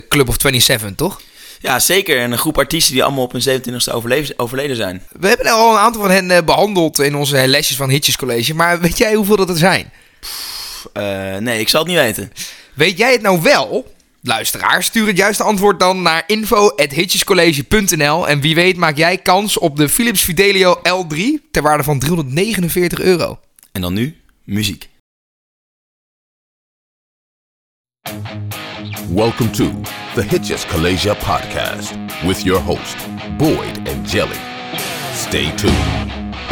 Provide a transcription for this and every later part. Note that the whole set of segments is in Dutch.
Club of 27, toch? Ja, zeker. En een groep artiesten die allemaal op hun 27e overleden zijn. We hebben er al een aantal van hen behandeld in onze lesjes van Hitjes College. Maar weet jij hoeveel dat er zijn? Nee, ik zal het niet weten. Weet jij het nou wel? Luisteraar, stuur het juiste antwoord dan naar info@hitjescollege.nl. En wie weet maak jij kans op de Philips Fidelio L3 ter waarde van €349. En dan nu, muziek. Welcome to the Hitches Collegia podcast with your host, Boyd and Jelly. Stay tuned.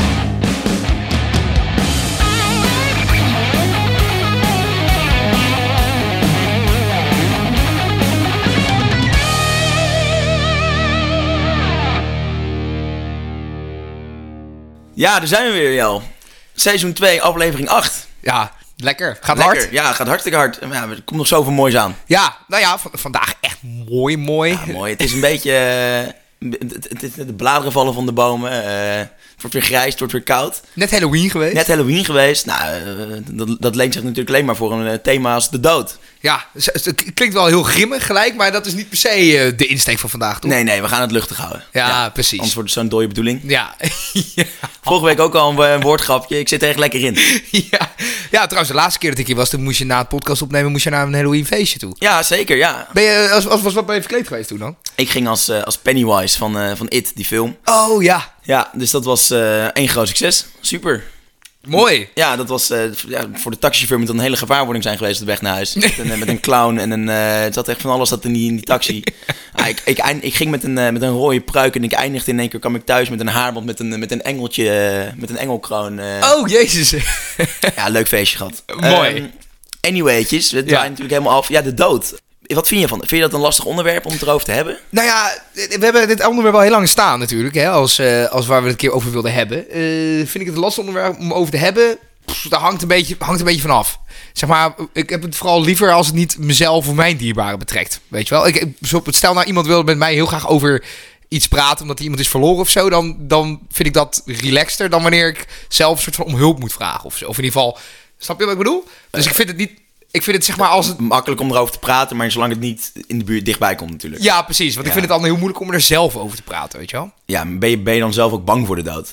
Ja, daar zijn we weer, Jel. Seizoen 2, aflevering 8. Ja, lekker. Gaat Lekker. hard. Ja, gaat hartstikke hard. Ja, er komt nog zoveel moois aan. Ja, nou ja, vandaag echt mooi. Ja, mooi. Het is een beetje... de bladeren vallen van de bomen. Het wordt weer grijs, het wordt weer koud. Net Halloween geweest. Nou, dat leent zich natuurlijk alleen maar voor een thema als de dood. Ja, het klinkt wel heel grimmig gelijk, maar dat is niet per se de insteek van vandaag, toch? Nee, we gaan het luchtig houden. Ja, precies. Anders wordt het zo'n dode bedoeling. Ja. Vorige week ook al een woordgrapje. Ik zit er echt lekker in. Ja, trouwens, de laatste keer dat ik hier was, toen moest je na het podcast opnemen, moest je naar een Halloween feestje toe. Ja, zeker, ja. Ben je, wat ben je verkleed geweest toen dan? Ik ging als Pennywise van It, die film. Oh, ja. Ja, dus dat was één groot succes. Super. Mooi. Ja, dat was voor de taxichauffeur moet dat een hele gewaarwording zijn geweest op weg naar huis. Met een clown en het zat echt van alles in die taxi. Ik ging met een rode pruik en ik eindigde in één keer, kwam ik thuis met een haarband met een engeltje, met een engelkroon. Oh, jezus. Ja, leuk feestje gehad. Mooi. Anyway'tjes, we draaien natuurlijk helemaal af. Ja, de dood. Wat vind je van? Vind je dat een lastig onderwerp om het erover te hebben? Nou ja, we hebben dit onderwerp al heel lang staan natuurlijk, hè, als waar we het een keer over wilden hebben. Vind ik het een lastig onderwerp om over te hebben? Daar hangt een beetje van af. Zeg maar, ik heb het vooral liever als het niet mezelf of mijn dierbaren betrekt. Weet je wel? Stel nou iemand wil met mij heel graag over iets praten omdat iemand is verloren of zo, dan vind ik dat relaxter dan wanneer ik zelf een soort van om hulp moet vragen of zo. Of in ieder geval, snap je wat ik bedoel? Dus ik vind het niet... Ik vind het zeg maar als het... Makkelijk om erover te praten, maar zolang het niet in de buurt dichtbij komt natuurlijk. Ja, precies. Want ik vind het dan heel moeilijk om er zelf over te praten, weet je wel? Ja, ben je dan zelf ook bang voor de dood?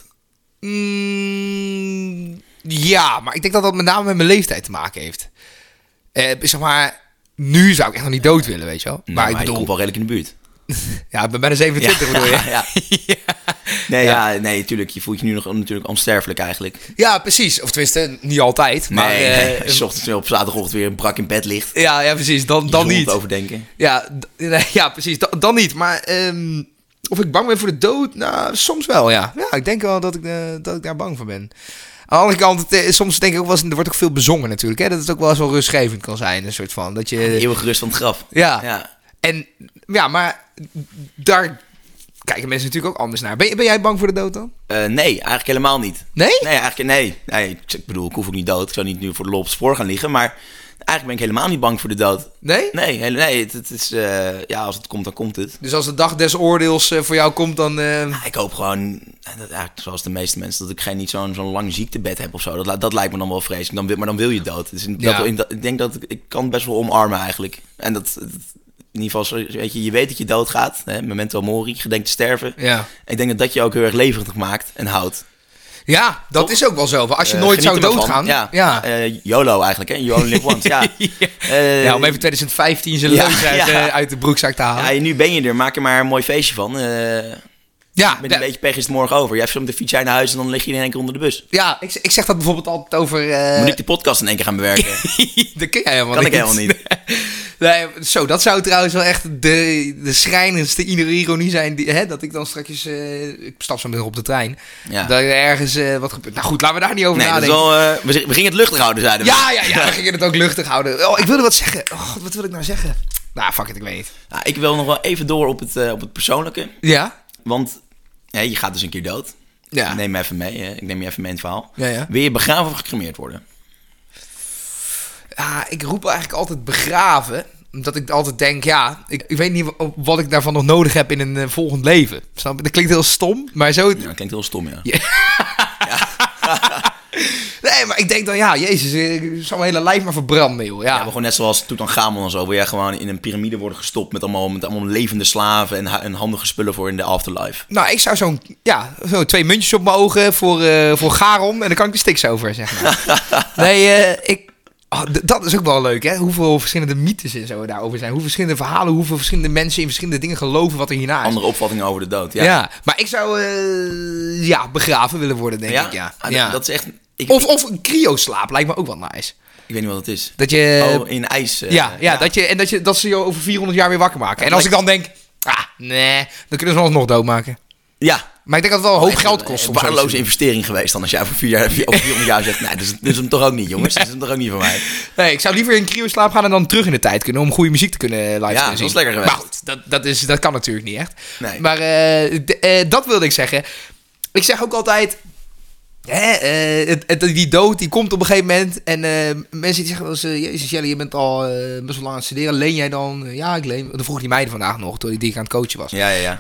Ja, maar ik denk dat dat met name met mijn leeftijd te maken heeft. Zeg maar, nu zou ik echt nog niet dood willen, weet je wel? Maar ik bedoel... je komt wel redelijk in de buurt. Ja, ik ben bijna 27, bedoel je? Ja. Nee, tuurlijk. Je voelt je nu nog natuurlijk onsterfelijk eigenlijk. Ja, precies. Of tenminste, niet altijd. Maar, als je ochtends op zaterdagochtend weer brak in bed ligt. Ja, precies. Dan niet. Overdenken. Ja, precies. Dan niet. Maar of ik bang ben voor de dood? Nou, soms wel, ja. Ja, ik denk wel dat ik daar bang voor ben. Aan de andere kant, soms denk ik ook wel eens, er wordt ook veel bezongen natuurlijk. Hè? Dat het ook wel eens wel rustgevend kan zijn. Een soort van, dat je... Eeuwig rust van het graf. Ja. En ja, maar daar kijken mensen natuurlijk ook anders naar. Ben jij bang voor de dood dan? Nee, eigenlijk helemaal niet. Nee? Nee. Ik bedoel, ik hoef ook niet dood. Ik zou niet nu voor de lol op het spoor gaan liggen. Maar eigenlijk ben ik helemaal niet bang voor de dood. Nee? Nee. Het is, als het komt, dan komt het. Dus als de dag des oordeels voor jou komt, dan... Ik hoop gewoon, eigenlijk zoals de meeste mensen, dat ik niet zo'n lang ziektebed heb of zo. Dat lijkt me dan wel vreselijk. Maar dan wil je dood. Dus ik denk dat ik kan best wel omarmen eigenlijk. En dat in ieder geval, je weet dat je doodgaat. Hè, memento mori, gedenkt te sterven. Ja. Ik denk dat je ook heel erg levendig maakt en houdt. Ja, dat Toch? is ook wel zo. Als je nooit zou doodgaan... Ja. YOLO eigenlijk, hè? You only live once. Ja. Om even 2015 zijn leus uit de broekzak te halen. Ja, nu ben je er. Maak er maar een mooi feestje van. Met een beetje pech is het morgen over. Je hebt zo met de fiets naar huis en dan lig je in één keer onder de bus. Ja, ik zeg dat bijvoorbeeld altijd over... Moet ik de podcast in één keer gaan bewerken? Dat kun jij helemaal niet. Ik helemaal niet. Nee, zo, dat zou trouwens wel echt de schrijnendste ironie zijn. Dat ik dan straks... ik stap zo meteen op de trein. Ja. Dat er ergens wat gebeurt. Nou goed, laten we daar niet over nadenken. We gingen het luchtig houden, zeiden we. Ja, we gingen het ook luchtig houden. Oh, ik wilde wat zeggen. Oh, wat wil ik nou zeggen? Nou, fuck it, ik weet niet. Nou, ik wil nog wel even door op het persoonlijke. Ja? Want je gaat dus een keer dood. Ja. Neem me even mee. Ik neem je even mee in het verhaal. Ja. Wil je begraven of gecremeerd worden? Ja, ik roep eigenlijk altijd begraven. Omdat ik altijd denk, ik weet niet wat ik daarvan nog nodig heb in een volgend leven. Snap je? Dat klinkt heel stom, maar zo... Ja, dat klinkt heel stom, ja. Nee, maar ik denk dan, ja, jezus, ik zal mijn hele lijf maar verbranden, joh. Ja, maar gewoon net zoals Tutankhamon en zo, waar jij gewoon in een piramide worden gestopt met allemaal levende slaven en handige spullen voor in de afterlife. Nou, ik zou zo 2 muntjes op mijn ogen voor Charon en dan kan ik de Styx over, zeg maar. Nee, dat is ook wel leuk, hè? Hoeveel verschillende mythes en zo daarover zijn. Hoeveel verschillende verhalen, hoeveel verschillende mensen in verschillende dingen geloven wat er hierna is. Andere opvattingen over de dood, ja. Maar ik zou begraven willen worden, denk ik, ja. Dat is echt... Of een cryoslaap lijkt me ook wel nice. Ik weet niet wat het is. Dat je... in ijs. Dat ze je over 400 jaar weer wakker maken. En als ik dan denk, dan kunnen ze ons nog doodmaken. Ja. Maar ik denk dat het wel een hoop geld kost. Een waardeloze investering geweest dan als jij over 400 jaar zegt, nee, dat is hem toch ook niet, jongens. Dat is hem toch ook niet van mij. Nee, ik zou liever in cryoslaap gaan en dan terug in de tijd kunnen om goede muziek te kunnen live zien. Ja, dat is lekker geweest. Maar goed, dat kan natuurlijk niet echt. Nee. Maar dat wilde ik zeggen. Ik zeg ook altijd... die dood die komt op een gegeven moment. En mensen die zeggen wel eens... Jezus Jelly, je bent al best wel lang aan het studeren. Leen jij dan? Ja, ik leen. Dan vroeg die meiden vandaag nog, toen die ik aan het coachen was. Ja.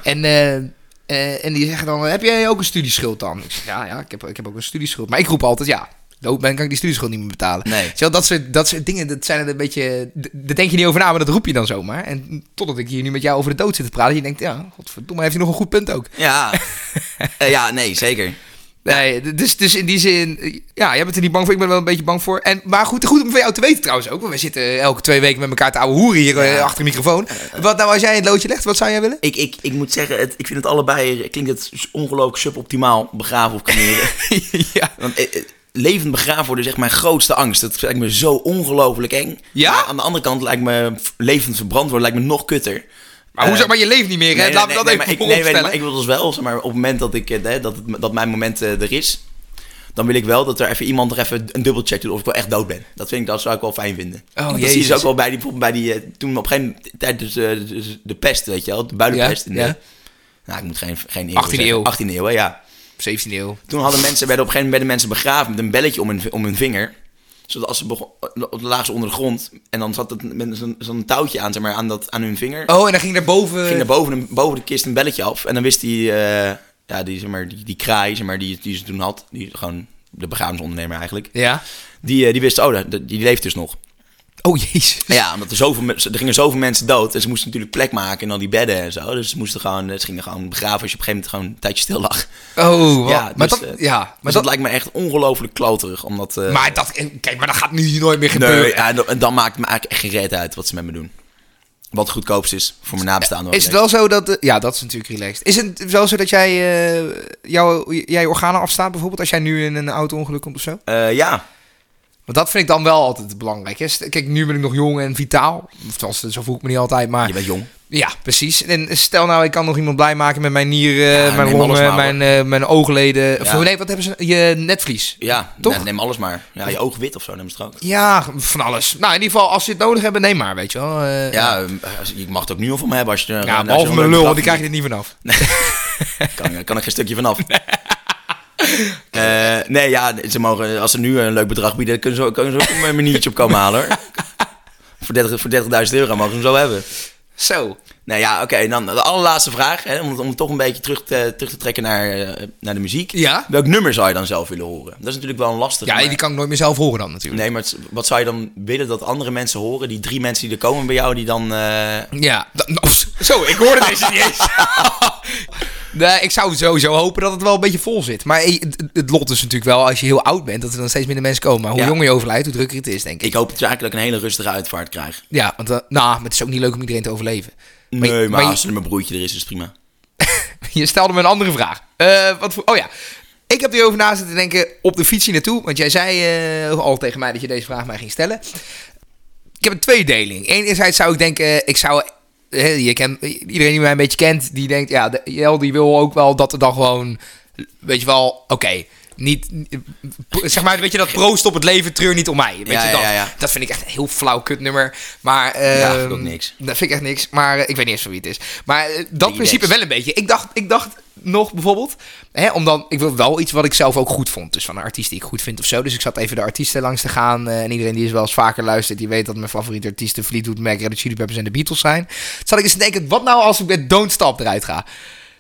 En die zeggen dan... Heb jij ook een studieschuld dan? Ik zeg, ja, ik heb ook een studieschuld. Maar ik roep altijd, dood ben, kan ik die studieschuld niet meer betalen. Nee. Dat soort dingen, dat zijn een beetje... Daar denk je niet over na, maar dat roep je dan zomaar. En totdat ik hier nu met jou over de dood zit te praten... Je denkt, godverdomme, heeft hij nog een goed punt ook. Ja, nee, zeker. Nee, dus in die zin... jij bent er niet bang voor, ik ben er wel een beetje bang voor. Maar goed om van jou te weten trouwens ook. Want we zitten elke 2 weken met elkaar te ouwe hoeren hier achter de microfoon. Wat nou, als jij het loodje legt, wat zou jij willen? Ik moet zeggen, ik vind het allebei... Klinkt het ongelooflijk suboptimaal, begraven of cremeren. Ja. Want levend begraven worden is echt mijn grootste angst. Dat lijkt me zo ongelooflijk eng. Ja? Maar aan de andere kant lijkt me levend verbrand worden lijkt me nog kutter. Maar hoe zeg maar, je leeft niet meer, hè? Laat me dat even vooropstellen. Maar ik wil dus wel, zeg maar, op het moment dat mijn moment er is, dan wil ik wel dat er even iemand er even een dubbelcheck doet of ik wel echt dood ben. Dat zou ik wel fijn vinden. Oh, dat zie je dus ook wel bij die toen op een gegeven moment tijdens de pest, weet je wel, de builenpest. Nou, ik moet geen eeuw 18e eeuw. 18e eeuw, ja. 17e eeuw. Toen werden op een gegeven moment mensen begraven met een belletje om hun vinger. Zodat als ze lagen ze onder de grond en dan zat het met zo'n touwtje aan, zeg maar, aan hun vinger. Oh, en dan ging daarboven... Ging er boven de kist een belletje af. En dan wist die die kraai, zeg maar, die ze toen had, die gewoon de begrafenisondernemer eigenlijk. Ja. Die wist, die leeft dus nog. Oh, jezus. Ja, omdat er gingen zoveel mensen dood. En ze moesten natuurlijk plek maken in al die bedden en zo. Dus ze gingen gewoon begraven als je op een gegeven moment gewoon een tijdje stil lag. Oh, ja, maar dat lijkt me echt ongelooflijk kloterig. Omdat, maar dat gaat nu nooit meer gebeuren. Nee, en dan maakt het me eigenlijk echt geen reet uit wat ze met me doen. Wat het goedkoopst is voor mijn nabestaanden. Is het wel zo dat... dat is natuurlijk relaxed. Is het wel zo dat jij jij organen afstaat bijvoorbeeld als jij nu in een auto-ongeluk komt of zo? Ja. Want dat vind ik dan wel altijd belangrijk. Hè? Kijk, nu ben ik nog jong en vitaal. Zo voel ik me niet altijd, maar... Je bent jong. Ja, precies. En stel nou, ik kan nog iemand blij maken met mijn nieren, mijn longen, mijn oogleden. Ja. Of nee, wat hebben ze? Je netvlies. Ja, toch? Neem alles maar. Ja, je oog wit of zo, neem het ook. Ja, van alles. Nou, in ieder geval, als je het nodig hebt, neem maar, weet je wel. Je mag het ook nu al van me hebben als je... behalve mijn lul, die krijg je er niet vanaf. Nee. kan ik geen stukje vanaf. Ze mogen, als ze nu een leuk bedrag bieden, kunnen ze ook een maniertje op komen halen, hoor. voor 30.000 euro mogen ze hem zo hebben. Zo. Nou ja, oké, dan de allerlaatste vraag, hè, om toch een beetje terug te trekken naar de muziek. Ja? Welk nummer zou je dan zelf willen horen? Dat is natuurlijk wel een lastige. Ja, die kan ik nooit meer zelf horen dan natuurlijk. Nee, maar wat zou je dan willen dat andere mensen horen? Die 3 mensen die er komen bij jou, die dan... Ja, zo, ik hoorde deze niet eens. Nee, ik zou sowieso hopen dat het wel een beetje vol zit. Maar het lot is natuurlijk wel, als je heel oud bent, dat er dan steeds minder mensen komen. Maar hoe jonger je overlijdt, hoe drukker het is, denk ik. Ik hoop dus eigenlijk dat ik een hele rustige uitvaart krijg. Ja, want maar het is ook niet leuk om iedereen te overleven. Maar als er mijn broertje er is het prima. Je stelde me een andere vraag. Ik heb erover na zitten denken op de fiets hier naartoe. Want jij zei al tegen mij dat je deze vraag mij ging stellen. Ik heb een tweedeling. Enerzijds zou ik denken, iedereen die mij een beetje kent, die denkt, Jel die wil ook wel dat er dan gewoon, weet je wel, niet, zeg maar, weet je, dat proost op het leven, treur niet om mij. Weet je dat? Ja. Dat vind ik echt een heel flauw kutnummer. Maar, dat vind ik ook niks. Dat vind ik echt niks, maar ik weet niet eens van wie het is. Maar dat principe wel een beetje. Ik dacht nog bijvoorbeeld, ik wil wel iets wat ik zelf ook goed vond. Dus van een artiest die ik goed vind of zo. Dus ik zat even de artiesten langs te gaan. En iedereen die eens wel eens vaker luistert, die weet dat mijn favoriete artiesten Fleetwood Mac, Red Hot Chili Peppers en de Beatles zijn. Toen zat ik eens te denken, wat nou als ik met Don't Stop eruit ga?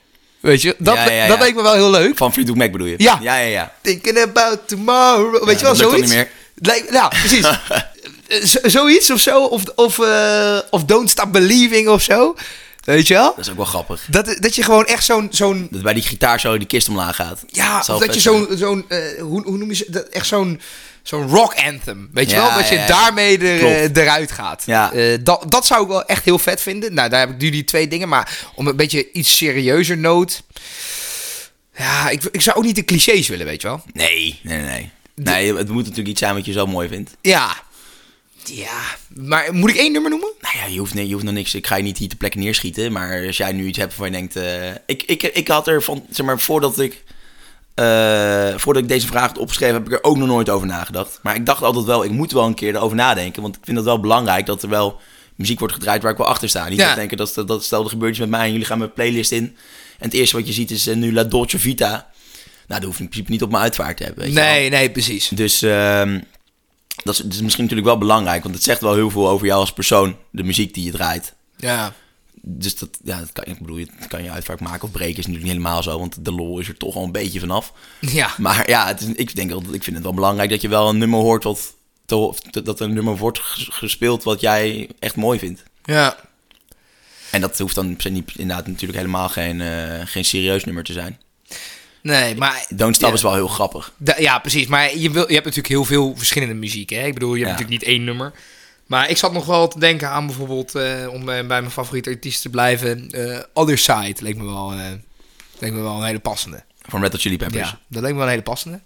Weet je, dat leek me wel heel leuk. Van Fleetwood Mac bedoel je? Ja. Ja. Thinking about tomorrow. Weet je wel, dat lukt zoiets? niet meer. Ja, precies. Zoiets of zo. Of Don't Stop Believing of zo. Weet je wel? Dat is ook wel grappig. Dat je gewoon echt zo'n... Dat bij die gitaar zo die kist omlaag gaat. Ja, of dat je zo'n hoe noem je ze? Echt zo'n rock anthem. Weet je wel? Dat je daarmee eruit gaat. Ja. Dat zou ik wel echt heel vet vinden. Nou, daar heb ik nu die 2 dingen. Maar om een beetje iets serieuzer noot... Ja, ik zou ook niet de clichés willen, weet je wel? Nee. Nee, het moet natuurlijk iets zijn wat je zo mooi vindt. Ja, maar moet ik 1 nummer noemen? Nou ja, je hoeft nog niks. Ik ga je niet hier te plekken neerschieten. Maar als jij nu iets hebt waarvan je denkt... Ik had er van... Zeg maar, voordat ik deze vraag had opgeschreven... heb ik er ook nog nooit over nagedacht. Maar ik dacht altijd wel... Ik moet wel een keer erover nadenken. Want ik vind het wel belangrijk dat er wel muziek wordt gedraaid... waar ik wel achter sta. Niet te denken dat stel er gebeurt iets met mij... en jullie gaan mijn playlist in... en het eerste wat je ziet is nu La Dolce Vita. Nou, dat hoef ik in principe niet op mijn uitvaart te hebben. Weet je wel. Precies. Dus... Dat is misschien natuurlijk wel belangrijk, want het zegt wel heel veel over jou als persoon, de muziek die je draait. Ja. Dus dat kan je uitvaart maken of breken, is natuurlijk niet helemaal zo, want de lol is er toch al een beetje vanaf. Ja. Maar ja, ik vind het wel belangrijk dat je wel een nummer hoort dat een nummer wordt gespeeld wat jij echt mooi vindt. Ja. En dat hoeft dan inderdaad natuurlijk helemaal geen serieus nummer te zijn. Nee, maar... Don't Stop is wel heel grappig. Ja, precies. Maar je hebt natuurlijk heel veel verschillende muziek, hè? Ik bedoel, je hebt natuurlijk niet 1 nummer. Maar ik zat nog wel te denken aan bijvoorbeeld... om bij mijn favoriete artiest te blijven... Other Side leek me wel een hele passende. Van Red Hot Chili Peppers. Ja, dat leek me wel een hele passende.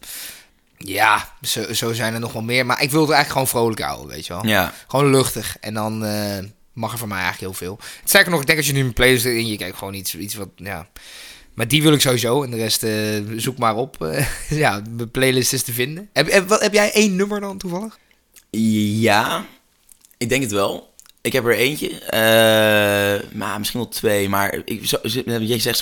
Ja, zo zijn er nog wel meer. Maar ik wil het eigenlijk gewoon vrolijk houden, weet je wel. Ja. Gewoon luchtig. En dan mag er van mij eigenlijk heel veel. Sterker nog, ik denk als je nu een playlist in je kijkt, gewoon iets wat... Ja... Maar die wil ik sowieso. En de rest zoek maar op. Ja, de playlist is te vinden. Heb jij 1 nummer dan toevallig? Ja, ik denk het wel. Ik heb er eentje. Maar misschien wel 2. Maar je zegt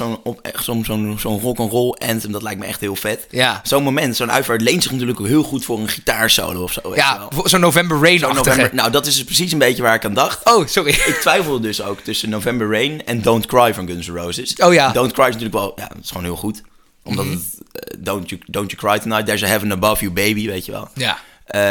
zo'n rock'n'roll anthem. Dat lijkt me echt heel vet. Ja. Zo'n moment, zo'n uitvaart leent zich natuurlijk ook heel goed voor een gitaarsolo of zo. Ja, zo'n November Rain-achtige. Nou, dat is dus precies een beetje waar ik aan dacht. Oh, sorry. Ik twijfelde dus ook tussen November Rain en Don't Cry van Guns N' Roses. Oh ja. Don't Cry is natuurlijk wel... Ja, dat is gewoon heel goed. Omdat het... Don't you cry tonight, there's a heaven above you, baby, weet je wel. Ja.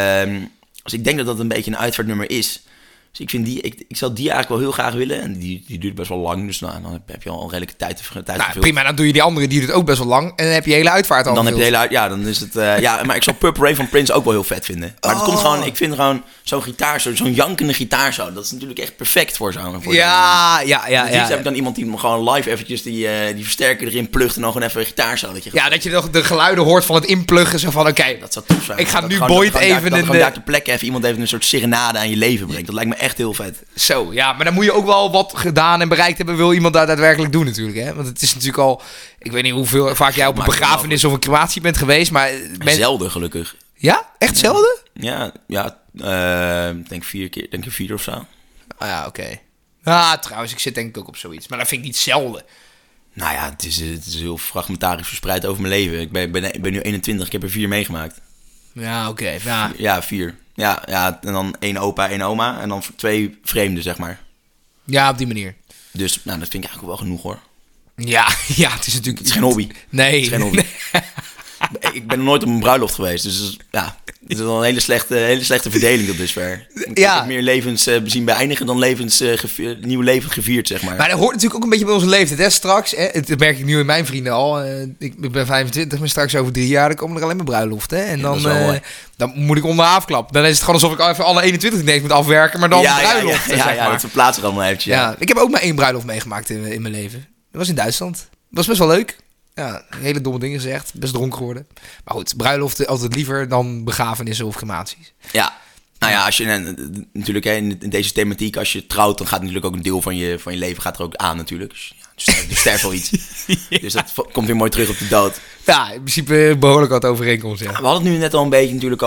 Dus ik denk dat dat een beetje een uitvaartnummer is. Dus ik vind ik zou die eigenlijk wel heel graag willen. En die duurt best wel lang. Dus dan heb je al een redelijke tijd gevuld. Prima, dan doe je die andere, die duurt ook best wel lang. En dan heb je hele uitvaart al. Dan heb je dan is het... maar ik zou Purple Rain van Prince ook wel heel vet vinden. Maar het komt gewoon... Ik vind gewoon zo'n gitaar, zo'n jankende gitaar zo. Dat is natuurlijk echt perfect voor zo'n... Ja. Dus heb ik dan iemand die me gewoon live eventjes die versterker erin plugt en dan gewoon even een gitaar zo. Dat je nog de geluiden hoort van het inpluggen. Zo van, oké, dat zou tof zijn. Ik ga nu Boyd even in de... daar ter plekke even iemand even een soort serenade aan je leven brengt. Dat lijkt me echt heel vet. Zo, ja, maar dan moet je ook wel wat gedaan en bereikt hebben. Wil iemand dat daadwerkelijk doen natuurlijk, hè? Want het is natuurlijk al... Ik weet niet hoeveel vaak jij op een begrafenis of een crematie bent geweest, maar... Zelden, gelukkig. Ja? Echt zelden? Ja, denk 4 keer. Denk 4 of zo. Ah ja, oké. Ah, trouwens, ik zit denk ik ook op zoiets. Maar dat vind ik niet zelden. Nou ja, het is heel fragmentarisch verspreid over mijn leven. Ik ben nu 21, ik heb er 4 meegemaakt. Ja, oké. Ja, 4. Ja, en dan 1 opa, 1 oma. En dan 2 vreemden, zeg maar. Ja, op die manier. Dus, dat vind ik eigenlijk wel genoeg, hoor. Ja, het is natuurlijk... Het is geen hobby. Nee. Het is geen hobby. Nee. Ik ben nog nooit op een bruiloft geweest. Dus het is wel een hele slechte verdeling tot dusver. Ik heb meer levens zien beëindigen dan nieuw leven gevierd, zeg maar. Maar dat hoort natuurlijk ook een beetje bij onze leeftijd. Hè? Straks, dat merk ik nu in mijn vrienden al. Ik ben 25, maar straks over 3 jaar dan komen er alleen maar bruiloften. En dan moet ik onderaf klappen. Dan is het gewoon alsof ik even alle 21 ineens moet afwerken, maar dan bruiloften. Ja, dat verplaatst er allemaal eventjes. Ja. Ik heb ook maar 1 bruiloft meegemaakt in mijn leven. Dat was in Duitsland. Dat was best wel leuk. Ja, hele domme dingen gezegd. Best dronken geworden. Maar goed, bruiloften altijd liever dan begrafenissen of crematies. Ja. Nou ja, als je natuurlijk in deze thematiek, als je trouwt, dan gaat natuurlijk ook een deel van je leven gaat er ook aan natuurlijk. Dus er sterft wel iets. Dus dat komt weer mooi terug op de dood. Ja, in principe behoorlijk wat overeenkomst. Ja. We hadden het nu net al een beetje natuurlijk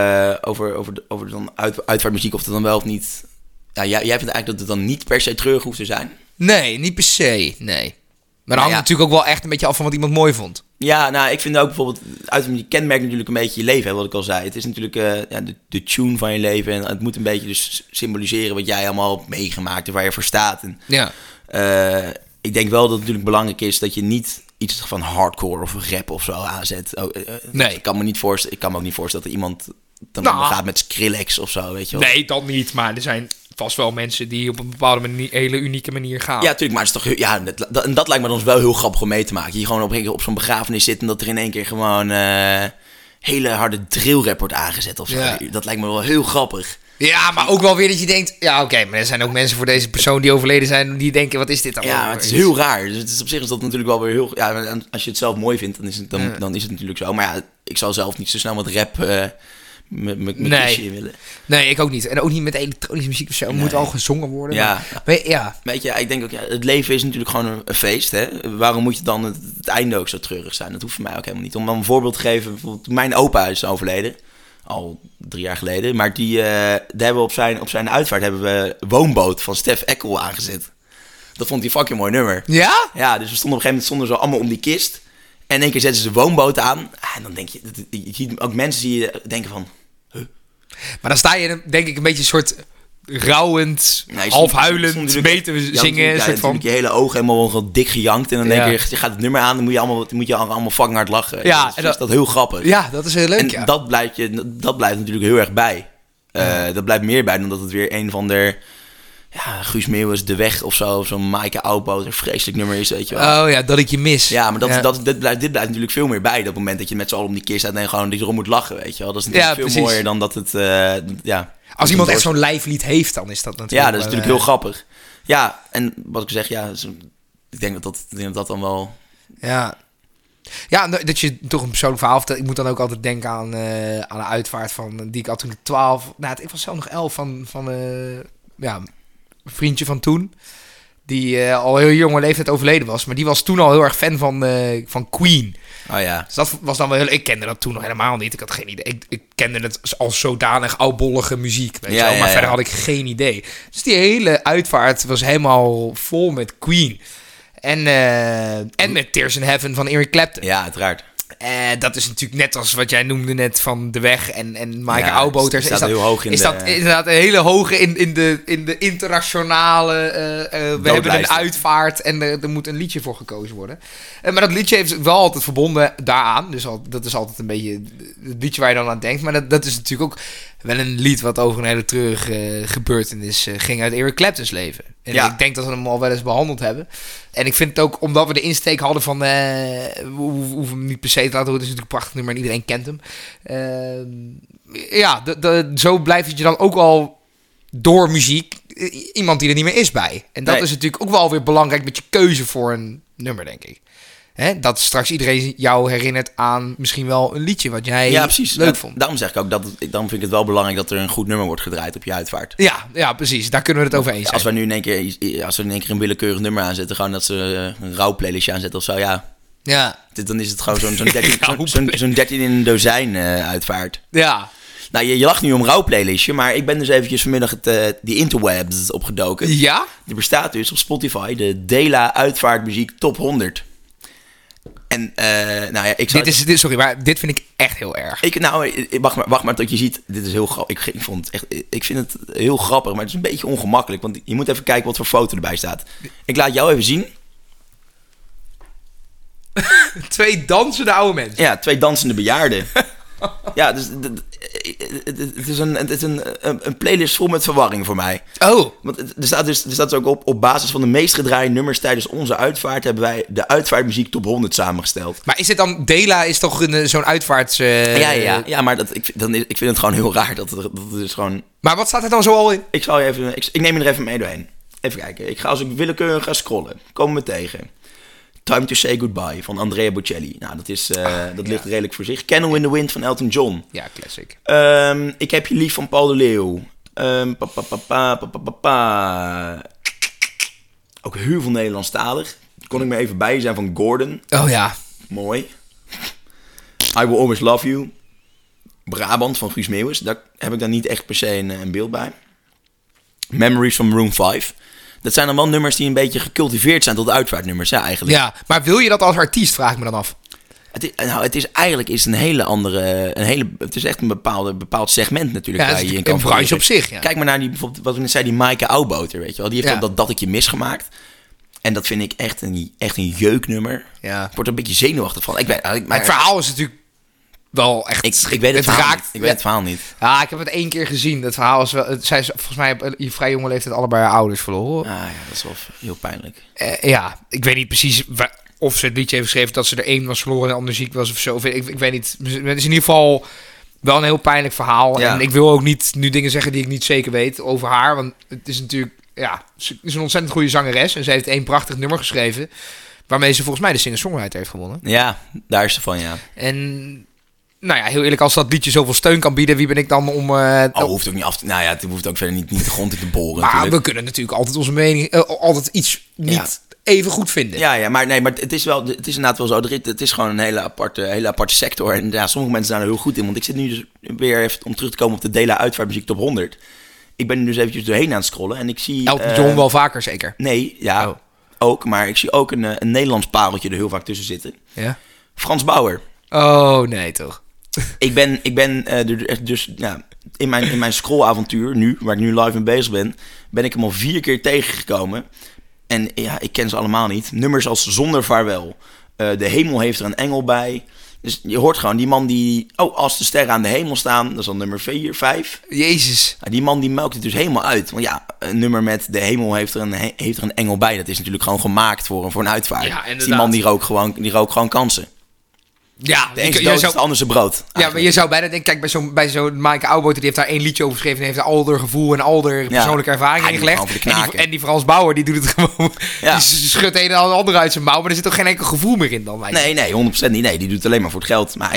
over dan uitvaartmuziek, of dat dan wel of niet. Ja, jij vindt eigenlijk dat het dan niet per se treurig hoeft te zijn? Nee, niet per se, nee. Maar dan hangt natuurlijk ook wel echt een beetje af van wat iemand mooi vond. Ja, nou, ik vind ook bijvoorbeeld... Je kenmerkt natuurlijk een beetje je leven, hè, wat ik al zei. Het is natuurlijk de tune van je leven. En het moet een beetje dus symboliseren wat jij allemaal hebt meegemaakt en waar je voor staat. En, ik denk wel dat het natuurlijk belangrijk is dat je niet iets van hardcore of rap of zo aanzet. Nee. Ik kan me ook niet voorstellen dat er iemand dan gaat met Skrillex of zo, weet je wel. Nee, dat niet. Maar er zijn vast wel mensen die op een bepaalde hele unieke manier gaan. Ja, natuurlijk. Maar het is toch... Ja, dat lijkt me dan wel heel grappig om mee te maken. Je gewoon op zo'n begrafenis zit en dat er in één keer gewoon hele harde drillrap wordt aangezet of zo. Ja. Dat lijkt me wel heel grappig. Ja, maar ook wel weer dat je denkt... Ja, oké, maar er zijn ook mensen voor deze persoon die overleden zijn... die denken, wat is dit dan? Ja, maar het is heel raar. Dus het is op zich is dat natuurlijk wel weer heel... Ja, als je het zelf mooi vindt, dan is het natuurlijk zo. Maar ja, ik zal zelf niet zo snel met rap... met kistje willen. Nee, ik ook niet. En ook niet met elektronische muziek of zo. Het moet wel gezongen worden. Ja. Maar, ja. Weet je, ik denk ook, het leven is natuurlijk gewoon een feest. Hè? Waarom moet je dan het einde ook zo treurig zijn? Dat hoeft voor mij ook helemaal niet. Om dan een voorbeeld te geven, bijvoorbeeld mijn opa is overleden. Al 3 jaar geleden. Maar daar hebben we op zijn uitvaart hebben we Woonboot van Stef Eckel aangezet. Dat vond hij fucking mooi nummer. Ja? Ja, dus we stonden op een gegeven moment zo allemaal om die kist. En in één keer zetten ze Woonboot aan. En dan denk je ziet ook mensen die denken van... Maar dan sta je denk ik een beetje een soort rouwend, half huilend, mee te zingen. Ja, soort van. Je hele ogen helemaal dik gejankt. En dan denk je gaat het nummer aan, dan moet je allemaal fucking hard lachen. Ja, dus dat is heel grappig. Ja, dat is heel leuk. En dat blijft natuurlijk heel erg bij. Dat blijft meer bij dan dat het weer een van de... Ja, Guus Meeuwis, De Weg of zo. Zo'n Maaike Oudboot, een vreselijk nummer is, weet je wel. Oh ja, dat ik je mis. Ja, maar dit blijft natuurlijk veel meer bij. Dat moment dat je met z'n allen om die kist staat en gewoon erom moet lachen, weet je wel. Dat is natuurlijk veel mooier dan dat het... Als iemand echt zo'n lijflied heeft, dan is dat natuurlijk... Ja, dat is natuurlijk heel grappig. Ja, en wat ik zeg, ik denk dat dan wel... Ja, dat je toch een persoonlijk verhaal vertelt. Ik moet dan ook altijd denken aan de uitvaart die ik had toen ik 12... Nou, ik was zelf nog 11 van een vriendje van toen. Die al heel jonge leeftijd overleden was. Maar die was toen al heel erg fan van Queen. Oh ja. Dus dat was dan wel heel... Ik kende dat toen nog helemaal niet. Ik had geen idee. Ik kende het als zodanig oudbollige muziek. Weet je wel? Maar verder had ik geen idee. Dus die hele uitvaart was helemaal vol met Queen. En met Tears in Heaven van Eric Clapton. Ja, uiteraard. Dat is natuurlijk net als wat jij noemde net van De Weg en Maaike Oudboot. Staat heel hoog in dat inderdaad een hele hoge in de internationale... we hebben een uitvaart en er moet een liedje voor gekozen worden. Maar dat liedje heeft wel altijd verbonden daaraan. Dus dat is altijd een beetje het liedje waar je dan aan denkt. Maar dat is natuurlijk ook wel een lied wat over een hele treurige gebeurtenis ging uit Eric Clapton's leven. En ik denk dat we hem al wel eens behandeld hebben. En ik vind het ook, omdat we de insteek hadden van... we hoeven hem niet per se te laten horen. Het is natuurlijk een prachtig nummer en iedereen kent hem. Zo blijft het je dan ook al door muziek... iemand die er niet meer is bij. En dat is natuurlijk ook wel weer belangrijk met je keuze voor een nummer, denk ik. Hè? Dat straks iedereen jou herinnert aan misschien wel een liedje wat jij leuk vond. Daarom zeg ik ook, dan vind ik het wel belangrijk dat er een goed nummer wordt gedraaid op je uitvaart. Ja, precies. Daar kunnen we het over eens zijn. Als we nu in één keer een willekeurig nummer aanzetten, gewoon dat ze een rouwplaylistje aanzetten of zo, dan is het gewoon zo'n 13 in een dozijn uitvaart. Ja. Nou, je lacht nu om rouwplaylistje, maar ik ben dus eventjes vanmiddag die interwebs opgedoken. Ja? Er bestaat dus op Spotify de Dela uitvaartmuziek top 100. En, sorry, maar dit vind ik echt heel erg. Wacht maar tot je ziet. Dit is heel grappig. Ik vind het heel grappig, maar het is een beetje ongemakkelijk. Want je moet even kijken wat voor foto erbij staat. Ik laat jou even zien. 2 dansende oude mensen. Ja, 2 dansende bejaarden. Ja, dus het is een playlist vol met verwarring voor mij. Oh. Want er staat dus ook op basis van de meest gedraaide nummers tijdens onze uitvaart hebben wij de uitvaartmuziek top 100 samengesteld. Maar is dit dan... Dela is toch zo'n uitvaarts... Ja, maar ik vind het gewoon heel raar dat is gewoon... Maar wat staat er dan zo al in? Ik neem je er even mee doorheen. Even kijken. Als ik willekeurig ga scrollen, komen we tegen. Time to Say Goodbye van Andrea Bocelli. Nou, dat ligt redelijk voor zich. Candle in the Wind van Elton John. Ja, classic. Ik heb je lief van Paul de Leeuw. Ook heel veel Nederlandstalig. Kon ik me even bij zijn van Gordon. Oh ja. Mooi. I Will Always Love You. Brabant van Guus Meeuwis. Daar heb ik dan niet echt per se een beeld bij. Memories from Room 5. Dat zijn dan wel nummers die een beetje gecultiveerd zijn tot uitvaartnummers, eigenlijk. Ja, maar wil je dat als artiest, vraag ik me dan af. Het is eigenlijk een hele andere... het is echt een bepaald segment natuurlijk. Ja, waar je in kan een branche op zich, ja. Kijk maar naar die, bijvoorbeeld, wat we net zeiden, die Maaike Oudboter, weet je wel. Die heeft dat ik je mis gemaakt. En dat vind ik echt een jeuknummer. Ja. Ik word er een beetje zenuwachtig van. Maar het verhaal is natuurlijk wel echt... Ik weet het verhaal niet. Ik weet het verhaal niet. Ja, ik heb het 1 keer gezien. Het verhaal is wel... Zij is volgens mij op je vrij jonge leeftijd allebei haar ouders verloren. Ah ja, dat is wel heel pijnlijk. Ja, ik weet niet precies of ze het liedje heeft geschreven dat ze er 1 was verloren en de ander ziek was of zo. Ik weet niet. Het is in ieder geval wel een heel pijnlijk verhaal. Ja. En ik wil ook niet nu dingen zeggen die ik niet zeker weet over haar. Want het is natuurlijk... Ja, ze is een ontzettend goede zangeres. En ze heeft 1 prachtig nummer geschreven. Waarmee ze volgens mij de singer-songwriter heeft gewonnen. Ja, daar is ze van, ja. En... Nou ja, heel eerlijk, als dat liedje zoveel steun kan bieden, wie ben ik dan om... hoeft ook niet af te... Nou ja, het hoeft ook verder niet de grond in te boren. Maar natuurlijk. we kunnen natuurlijk altijd onze mening... altijd iets niet even goed vinden. Ja, maar het is inderdaad wel zo. Het is gewoon een hele aparte sector. En ja, sommige mensen zijn er heel goed in. Want ik zit nu dus weer even om terug te komen op de Dela Uitvaartmuziek Top 100. Ik ben er dus eventjes doorheen aan het scrollen. En ik zie... Elton John wel vaker zeker? Nee, ja, ook. Maar ik zie ook een Nederlands pareltje er heel vaak tussen zitten. Ja? Frans Bauer. Oh, nee toch. Ik ben dus in mijn scrollavontuur nu, waar ik nu live mee bezig ben ik hem al 4 keer tegengekomen. En ja, ik ken ze allemaal niet. Nummers als Zonder Vaarwel. De hemel heeft er een engel bij. Dus je hoort gewoon die man die... Oh, als de sterren aan de hemel staan, dat is al nummer 4, 5. Jezus. Ja, die man die melkt het dus helemaal uit. Want ja, een nummer met de hemel heeft er een engel bij. Dat is natuurlijk gewoon gemaakt voor een uitvaart. Ja, dus die man die rookt gewoon kansen. Ja, de ene dood is het andere brood. Eigenlijk. Ja, maar je zou bijna denken, kijk, bij zo'n Maaike Oudboter, die heeft daar 1 liedje over geschreven en heeft daar al haar gevoel en al haar persoonlijke ervaring in gelegd. En die Frans Bauer, die doet het gewoon, die schudt een en ander uit zijn mouw, maar er zit toch geen enkel gevoel meer in dan? Nee, 100% niet. Nee, die doet het alleen maar voor het geld. Maar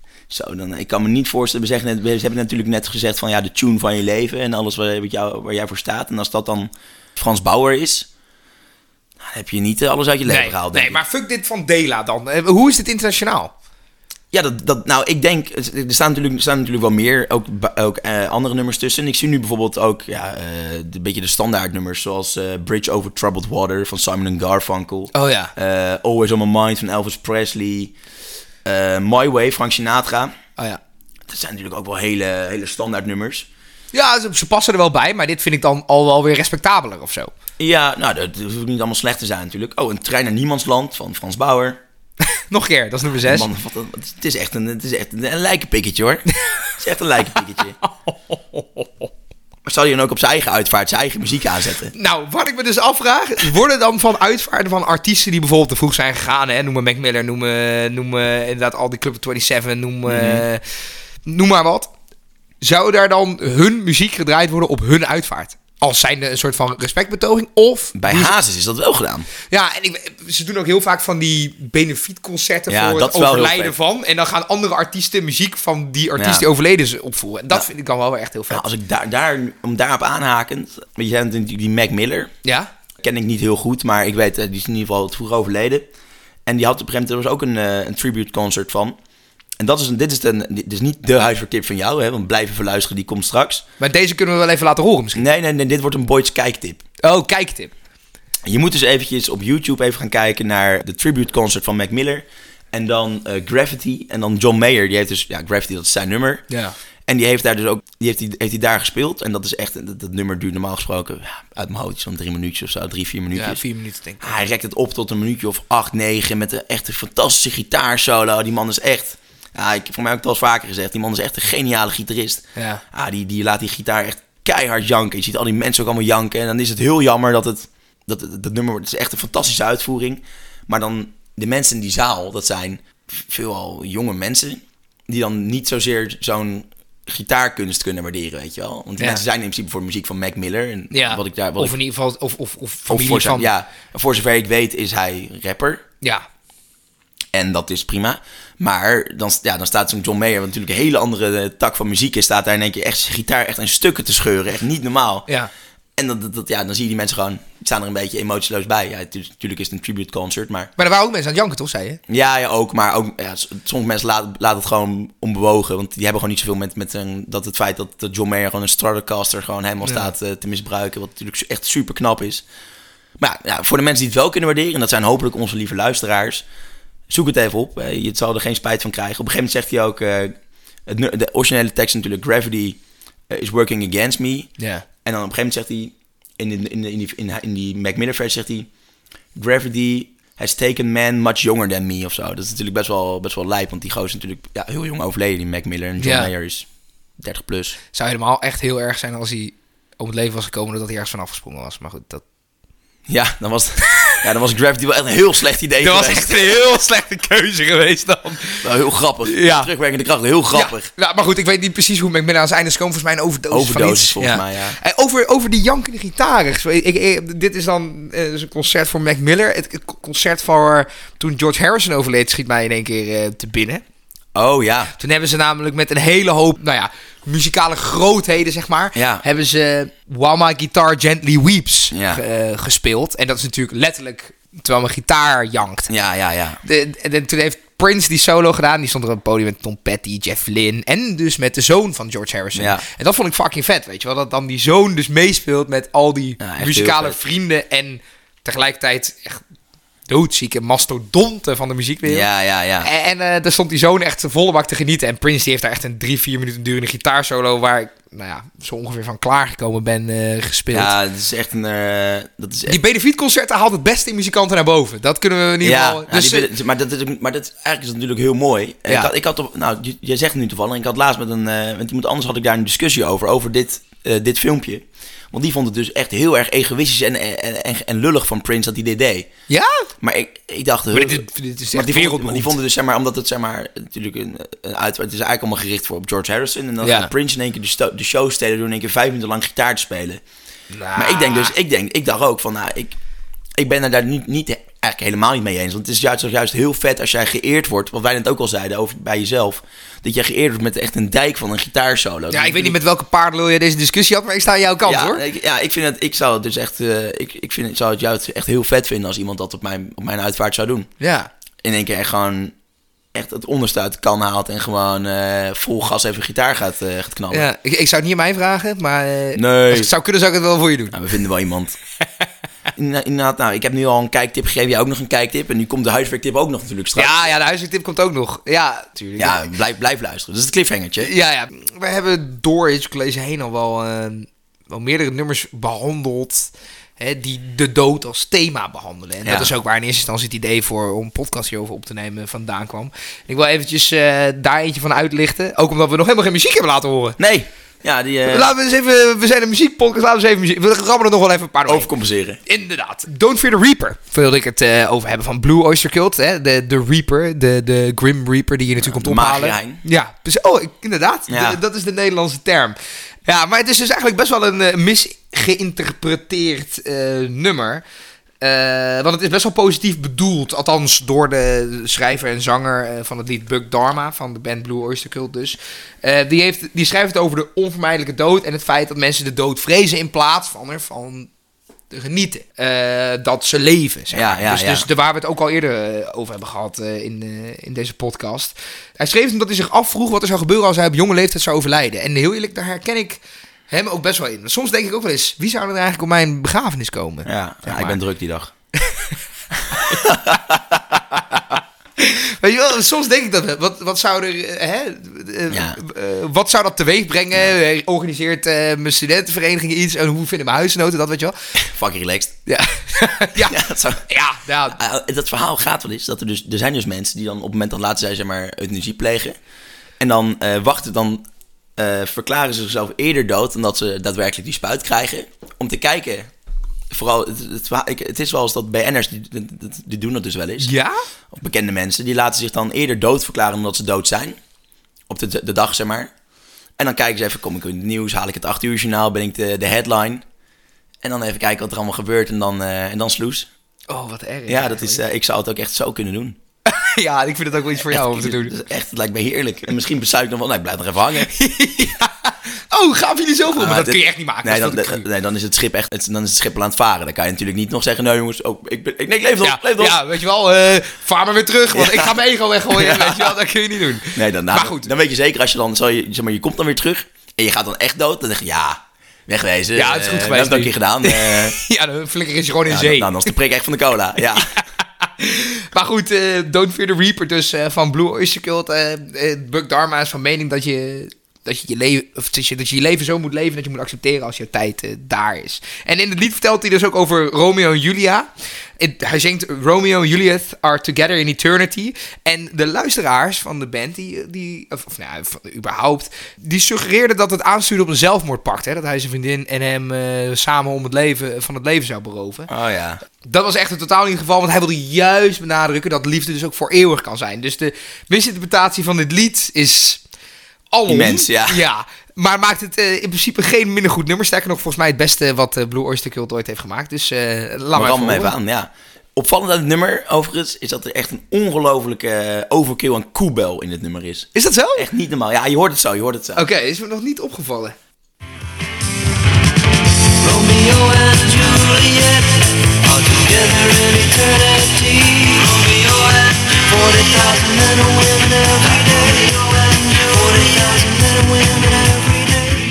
ik kan me niet voorstellen, ze hebben natuurlijk net gezegd van ja, de tune van je leven en alles waar jij voor staat. En als dat dan Frans Bauer is, dan heb je niet alles uit je leven gehaald. Nee, maar fuck dit van Dela dan. Hoe is dit internationaal? Ja, nou, ik denk, er staan natuurlijk wel meer, ook andere nummers tussen. Ik zie nu bijvoorbeeld ook een beetje de standaardnummers, zoals Bridge Over Troubled Water van Simon & Garfunkel. Oh ja. Always On My Mind van Elvis Presley. My Way, Frank Sinatra. Oh ja. Dat zijn natuurlijk ook wel hele standaardnummers. Ja, ze passen er wel bij, maar dit vind ik dan al wel weer respectabeler of zo. Ja, nou, dat hoeft niet allemaal slecht te zijn natuurlijk. Oh, Een trein naar Niemandsland van Frans Bauer. Nog een keer, dat is nummer 6. Man, het is echt een lijkenpikketje hoor. Het is echt een lijkenpikketje. Maar zou hij dan ook op zijn eigen uitvaart zijn eigen muziek aanzetten? Nou, wat ik me dus afvraag, worden dan van uitvaarten van artiesten die bijvoorbeeld te vroeg zijn gegaan, hè, noem maar Mac Miller, noem inderdaad al die Club 27, noem maar wat. Zou daar dan hun muziek gedraaid worden op hun uitvaart? Als zijnde een soort van respectbetoging? Of bij Hazes is dat wel gedaan. Ja, en ze doen ook heel vaak van die benefietconcerten voor het overlijden van. En dan gaan andere artiesten muziek van die artiest die overleden is opvoeren. En dat vind ik dan wel echt heel vet. Als ik om daarop aanhakend... Je zei natuurlijk die Mac Miller. Ja? Ken ik niet heel goed, maar ik weet, die is in ieder geval vroeg overleden. En die had op een gegeven moment, er was ook een tribute concert van. En dit is niet de huiswerktip van jou, hè, want blijven verluisteren, die komt straks. Maar deze kunnen we wel even laten horen misschien. Nee, dit wordt een Boyd's kijktip. Oh, kijktip. Je moet dus eventjes op YouTube even gaan kijken naar de tribute concert van Mac Miller. En dan Gravity. En dan John Mayer, die heeft dus, Gravity, dat is zijn nummer. Ja. En die heeft daar dus ook, heeft hij daar gespeeld. En dat is echt, dat nummer duurt normaal gesproken, uit mijn hoofd, zo'n 3 minuutjes of zo, 3-4 minuutjes. Ja, 4 minuten denk ik. Hij rekt het op tot een minuutje of 8-9 met een echt een fantastische gitaarsolo. Die man is echt... Ja, ik heb voor mij ook het al eens vaker gezegd. Die man is echt een geniale gitarist. Ja. Die laat die gitaar echt keihard janken. Je ziet al die mensen ook allemaal janken. En dan is het heel jammer dat nummer... Het is echt een fantastische uitvoering. Maar dan de mensen in die zaal, dat zijn veelal jonge mensen... die dan niet zozeer zo'n gitaarkunst kunnen waarderen, weet je wel. Want die mensen zijn in principe voor de muziek van Mac Miller. En in ieder geval... Of familie van... Ja, voor zover ik weet is hij rapper. Ja. En dat is prima. Maar dan staat zo'n John Mayer, wat natuurlijk een hele andere tak van muziek is, staat daar in één keer echt zijn gitaar echt in stukken te scheuren. Echt niet normaal. Ja. En dan zie je die mensen gewoon, die staan er een beetje emotieloos bij. Ja, natuurlijk is het een tribute concert, maar... Maar er waren ook mensen aan het janken, toch, zei je? Ja, ook. Maar ook, sommige mensen laten het gewoon onbewogen. Want die hebben gewoon niet zoveel met het feit dat John Mayer gewoon een Stratocaster gewoon helemaal staat te misbruiken. Wat natuurlijk echt super knap is. Maar ja, voor de mensen die het wel kunnen waarderen, en dat zijn hopelijk onze lieve luisteraars... Zoek het even op. Je zal er geen spijt van krijgen. Op een gegeven moment zegt hij ook... de originele tekst natuurlijk... Gravity is working against me. Ja. En dan op een gegeven moment zegt hij... In die Mac Miller versie zegt hij... Gravity has taken man much younger than me of zo. Dat is natuurlijk best wel lijp, want die gozer is natuurlijk heel jong overleden, die Mac Miller. En John Mayer is 30 plus. Zou helemaal echt heel erg zijn als hij om het leven was gekomen doordat hij ergens vanaf gesprongen was. Maar goed, dat... Ja, dan was Gravity wel echt een heel slecht idee Dat geweest. was echt een heel slechte keuze geweest dan. Wel heel grappig. Ja. Terugwerkende kracht, heel grappig. Ja, maar goed, ik weet niet precies hoe McMillan aan zijn einde is gekomen. Volgens mij een overdosis van iets. Volgens mij, ja. En over die jankende gitaren. Dit is dan een concert voor Mac Miller. Het concert voor toen George Harrison overleed schiet mij in één keer te binnen. Oh ja. Toen hebben ze namelijk met een hele hoop, muzikale grootheden, zeg maar, hebben ze While My Guitar Gently Weeps gespeeld. En dat is natuurlijk letterlijk terwijl mijn gitaar jankt. Ja. Toen heeft Prince die solo gedaan. Die stond er op het podium met Tom Petty, Jeff Lynne en dus met de zoon van George Harrison. Ja. En dat vond ik fucking vet, weet je wel. Dat dan die zoon dus meespeelt met al die muzikale vrienden en tegelijkertijd echt doodzieke mastodonten van de muziekwereld. Ja. En daar stond die zoon echt volle bak te genieten. En Prince die heeft daar echt een 3-4 minuten durende gitaarsolo waar ik zo ongeveer van klaargekomen ben gespeeld. Ja, dat is echt een... Die benefietconcerten haalt het beste in muzikanten naar boven. Dat kunnen we in ieder geval... Maar eigenlijk is het natuurlijk heel mooi. Ja. Ik had jij zegt het nu toevallig. Ik had laatst met iemand anders had ik daar een discussie over dit filmpje. Want die vond het dus echt heel erg egoïstisch en lullig van Prince dat hij dit deed. Ja? Maar ik dacht... dit is echt wereldberoemd. Die vonden dus, omdat het natuurlijk het is eigenlijk allemaal gericht op George Harrison. En dan gaat Prince in één keer de show stelen door in één keer 5 minuten lang gitaar te spelen. Maar ik dacht ook van, ik ben er daar niet eigenlijk helemaal niet mee eens. Want het is juist heel vet als jij geëerd wordt, wat wij net ook al zeiden over bij jezelf, dat jij geëerd wordt met echt een dijk van een gitaarsolo. Ja, ik weet niet met welke paardenlul je deze discussie had, maar ik sta aan jouw kant, hoor. Ik zou het juist echt heel vet vinden als iemand dat op mijn uitvaart zou doen. Ja. In één keer gewoon echt het onderste uit de kan haalt en gewoon vol gas even gitaar gaat knallen. Ja, ik zou het niet aan mij vragen, maar nee. Als het zou kunnen, zou ik het wel voor je doen. We vinden wel iemand. Inderdaad, ik heb nu al een kijktip gegeven. Jij ook nog een kijktip. En nu komt de huiswerktip ook nog natuurlijk straks. Ja, de huiswerktip komt ook nog. Ja, natuurlijk. Ja, blijf luisteren. Dat is het cliffhangertje. Ja. We hebben door Hitchens College heen al wel meerdere nummers behandeld die de dood als thema behandelen. En dat is ook waar in eerste instantie het idee om een podcast hierover op te nemen vandaan kwam. En ik wil eventjes daar eentje van uitlichten. Ook omdat we nog helemaal geen muziek hebben laten horen. Nee. Ja, laten we eens even... We zijn een muziekpodcast, laten we eens even muziek... We rammen er nog wel even een paar doorheen. Overcompenseren. Inderdaad. Don't Fear the Reaper. Wilde ik het over hebben van Blue Oyster Cult. De Reaper, de Grim Reaper die je natuurlijk komt ophalen. Magerijn. Ja, dus, inderdaad. Ja. Dat is de Nederlandse term. Ja, maar het is dus eigenlijk best wel een misgeïnterpreteerd nummer. Want het is best wel positief bedoeld. Althans door de schrijver en zanger van het lied Buck Dharma van de band Blue Oyster Cult dus. Die schrijft het over de onvermijdelijke dood en het feit dat mensen de dood vrezen in plaats van ervan te genieten. Dat ze leven, zeg maar. Dus waar we het ook al eerder over hebben gehad in deze podcast. Hij schreef omdat hij zich afvroeg wat er zou gebeuren als hij op jonge leeftijd zou overlijden. En heel eerlijk, daar herken ik hem ook best wel in. Soms denk ik ook wel eens, wie zou er eigenlijk op mijn begrafenis komen? Ja, ik ben druk die dag. Weet je wel, soms denk ik dat. Wat zou er... wat zou dat teweeg brengen? Organiseert mijn studentenvereniging iets? En hoe vinden mijn huisgenoten dat, weet je wel? Fucking relaxed. Dat verhaal gaat wel eens. Dat er zijn dus mensen die dan op het moment dat laten zij zeg maar euthanasie plegen. En dan verklaren ze zichzelf eerder dood dan dat ze daadwerkelijk die spuit krijgen. Om te kijken. Vooral, het is wel eens dat BN'ers, die doen dat dus wel eens. Ja? Of bekende mensen, die laten zich dan eerder dood verklaren dan dat ze dood zijn. Op de dag, zeg maar. En dan kijken ze even, kom ik in het nieuws, haal ik het 8 uur journaal, ben ik de headline. En dan even kijken wat er allemaal gebeurt en dan sloes. Oh, wat erg. Ja, dat is, ik zou het ook echt zo kunnen doen. Ja, ik vind het ook wel iets voor jou om te doen. Het lijkt me heerlijk. En misschien besluit ik nog wel, nee, blijf nog even hangen. Oh, gaven jullie zoveel? Maar dat kun je echt niet maken. Nee, dan is het schip echt, dan is het schip al aan het varen. Dan kan je natuurlijk niet nog zeggen, nee jongens, ik leef nog, leef nog. Ja, weet je wel, vaar maar weer terug, want ik ga mijn ego weggooien. Weet je wel, dat kun je niet doen. Nee, maar goed. Dan weet je zeker, als je dan, je komt dan weer terug en je gaat dan echt dood, dan denk je, wegwezen. Ja, het is goed geweest. Dat heb ik een keer gedaan. Ja, dan flikker is je gewoon in zee. Dan is de prik echt van de cola, ja. Maar goed, Don't Fear the Reaper dus van Blue Oyster Cult. Buck Dharma is van mening dat je dat je je leven zo moet leven dat je moet accepteren als je tijd daar is. En in het lied vertelt hij dus ook over Romeo en Julia. Hij zingt Romeo en Juliet are together in eternity. En de luisteraars van de band, überhaupt, die suggereerden dat het aanstuurde op een zelfmoordpact. Hè? Dat hij zijn vriendin en hem samen van het leven zou beroven. Oh ja. Dat was echt totaal niet het geval, want hij wilde juist benadrukken dat liefde dus ook voor eeuwig kan zijn. Dus de misinterpretatie van dit lied is alom. Immens, ja. Ja, maar maakt het in principe geen minder goed nummer. Sterker nog, volgens mij het beste wat Blue Oyster Cult ooit heeft gemaakt. Dus laat maar even aan, ja. Opvallend aan het nummer, overigens, is dat er echt een ongelofelijke overkill aan koebel in het nummer is. Is dat zo? Echt niet normaal. Ja, je hoort het zo. Oké, is me nog niet opgevallen. Romeo and Juliet are together in eternity. Romeo and 40,000 men and women every day. 40,000 men and women every day.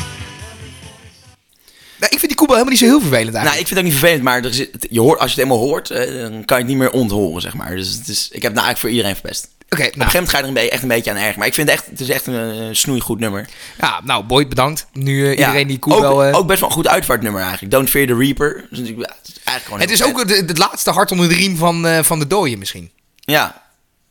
Nou, ik vind die koebel helemaal niet zo heel vervelend eigenlijk. Nou, ik vind het ook niet vervelend, maar je hoort, als je het eenmaal hoort, dan kan je het niet meer onthoren, zeg maar. Dus ik heb het nou eigenlijk voor iedereen verpest. Oké, Op een gegeven moment ga je er echt een beetje aan erg. Maar ik vind het is echt een snoeigoed nummer. Ja, nou, Boyd, bedankt. Nu iedereen die koebel... Ook best wel een goed uitvaartnummer eigenlijk. Don't Fear the Reaper. Dus het is eigenlijk gewoon het is ook het laatste hart onder de riem van de dooie misschien. Ja.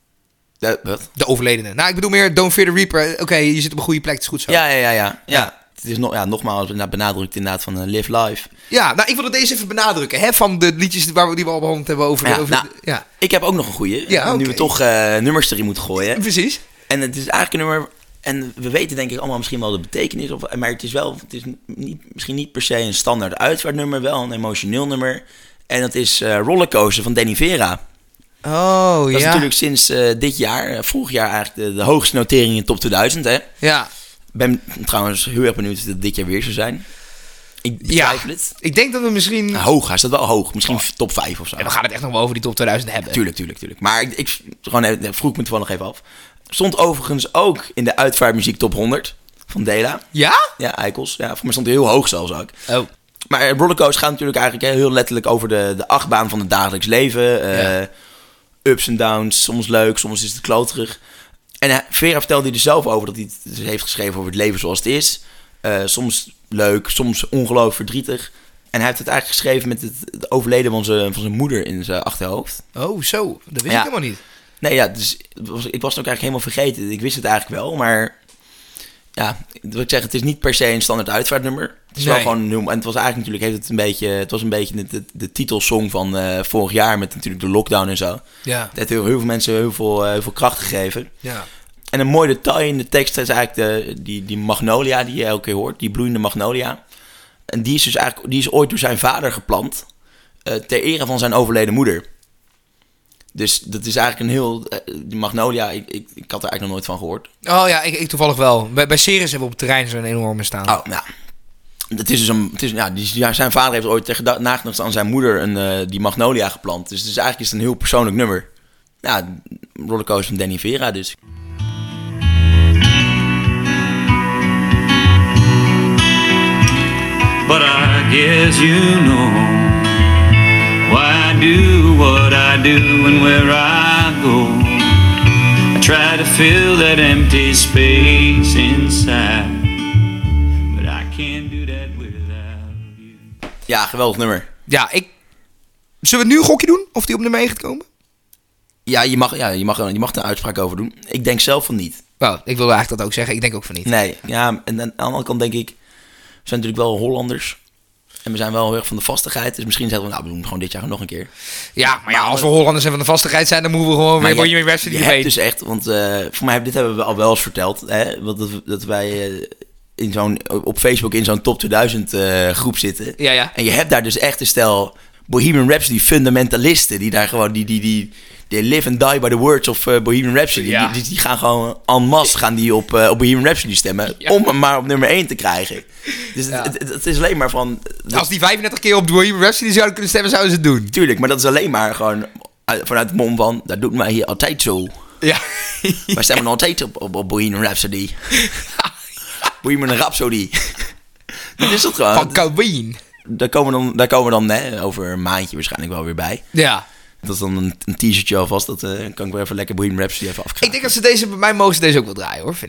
Wat? De overledene. Nou, ik bedoel meer Don't Fear the Reaper. Oké, je zit op een goede plek, het is goed zo. Ja. Het is nogmaals benadrukt inderdaad van Live Life. Ja, nou, ik wilde deze even benadrukken. Hè, van de liedjes die we al behandeld hebben over... Ik heb ook nog een goeie. Ja, nu we toch nummers erin moeten gooien. Precies. En het is eigenlijk een nummer... En we weten denk ik allemaal misschien wel de betekenis. Maar het is misschien niet per se een standaard uitvaartnummer. Wel een emotioneel nummer. En dat is Rollercoaster van Danny Vera. Oh, dat is natuurlijk sinds dit jaar, vorig jaar eigenlijk de hoogste notering in top 2000. Hè? Ja. Ik ben trouwens heel erg benieuwd of het dit jaar weer zou zijn. Ik betwijfel het. Ik denk dat we misschien... Hoog, hij staat wel hoog. Misschien top 5 of zo. En we gaan het echt nog wel over die top 2000 hebben. Tuurlijk. Maar ik vroeg me toevallig even af. Stond overigens ook in de uitvaartmuziek top 100 van Dela. Ja? Ja, Eikels. Ja, voor mij stond hij heel hoog zelfs ook. Oh. Maar Rollercoaster gaat natuurlijk eigenlijk heel letterlijk over de achtbaan van het dagelijks leven. Ups en downs, soms leuk, soms is het kloterig. En Vera vertelde hij er zelf over dat hij het heeft geschreven over het leven zoals het is. Soms leuk, soms ongelooflijk verdrietig. En hij heeft het eigenlijk geschreven met het overleden van zijn moeder in zijn achterhoofd. Oh, zo. Dat wist ik helemaal niet. Nee, ja, dus ik was het ook eigenlijk helemaal vergeten. Ik wist het eigenlijk wel, maar... Ja, wat ik zeg, het is niet per se een standaard uitvaartnummer. Het is wel gewoon... En het was eigenlijk natuurlijk... Het was een beetje de titelsong van vorig jaar met natuurlijk de lockdown en zo. Ja. Het heeft heel veel mensen heel veel kracht gegeven. Ja. En een mooi detail in de tekst is eigenlijk die magnolia die je elke keer hoort. Die bloeiende magnolia. En die is dus eigenlijk... Die is ooit door zijn vader geplant. Ter ere van zijn overleden moeder. Dus dat is eigenlijk een heel... die magnolia, ik had er eigenlijk nog nooit van gehoord. Oh ja, ik toevallig wel. Bij Ceres hebben we op het terrein zo'n enorme staan. Oh, ja. Het is dus zijn vader heeft ooit nagedacht aan zijn moeder die magnolia geplant. Dus eigenlijk is het een heel persoonlijk nummer. Ja, Rollercoaster van Danny Vera dus. But I guess you know why I do what I do and where I go. I try to fill that empty space inside, but I can't do that without you. Ja, geweldig nummer. Ja, Zullen we nu een gokje doen? Of die op nummer 1 gaat komen? Ja, je mag er een uitspraak over doen. Ik denk zelf van niet. Nou, ik wilde eigenlijk dat ook zeggen. Ik denk ook van niet. Nee, ja, en aan de andere kant denk ik... We zijn natuurlijk wel Hollanders. En we zijn wel heel erg van de vastigheid. Dus misschien zeggen we, we doen gewoon dit jaar nog een keer. Ja, maar als we Hollanders en van de vastigheid zijn... dan moeten we gewoon weer Bohemian Rhapsody weten. Je hebt dus echt... Want voor mij, dit hebben we al wel eens verteld. Hè, dat wij op Facebook in zo'n top 2000 groep zitten. Ja. En je hebt daar dus echt een stel Bohemian Rhapsody fundamentalisten. Die daar gewoon... Die live and die by the words of Bohemian Rhapsody. Ja. Die gaan gewoon en masse op Bohemian Rhapsody stemmen. Ja. Om hem maar op nummer 1 te krijgen. Dus het is alleen maar van... Als die 35 keer op Bohemian Rhapsody zouden kunnen stemmen, zouden ze het doen. Tuurlijk, maar dat is alleen maar gewoon vanuit het mond van... Dat doet mij hier altijd zo. Ja. Wij stemmen nog altijd op Bohemian Rhapsody. Bohemian Rhapsody. Dat is het gewoon. Van Queen. Daar komen we dan over een maandje waarschijnlijk wel weer bij. Ja. Dat is dan een t-shirtje alvast. Dat kan ik wel even lekker Bohemian Rhapsody even afkrijgen. Ik denk dat ze bij mij mogen ze deze ook wel draaien hoor, vind ik.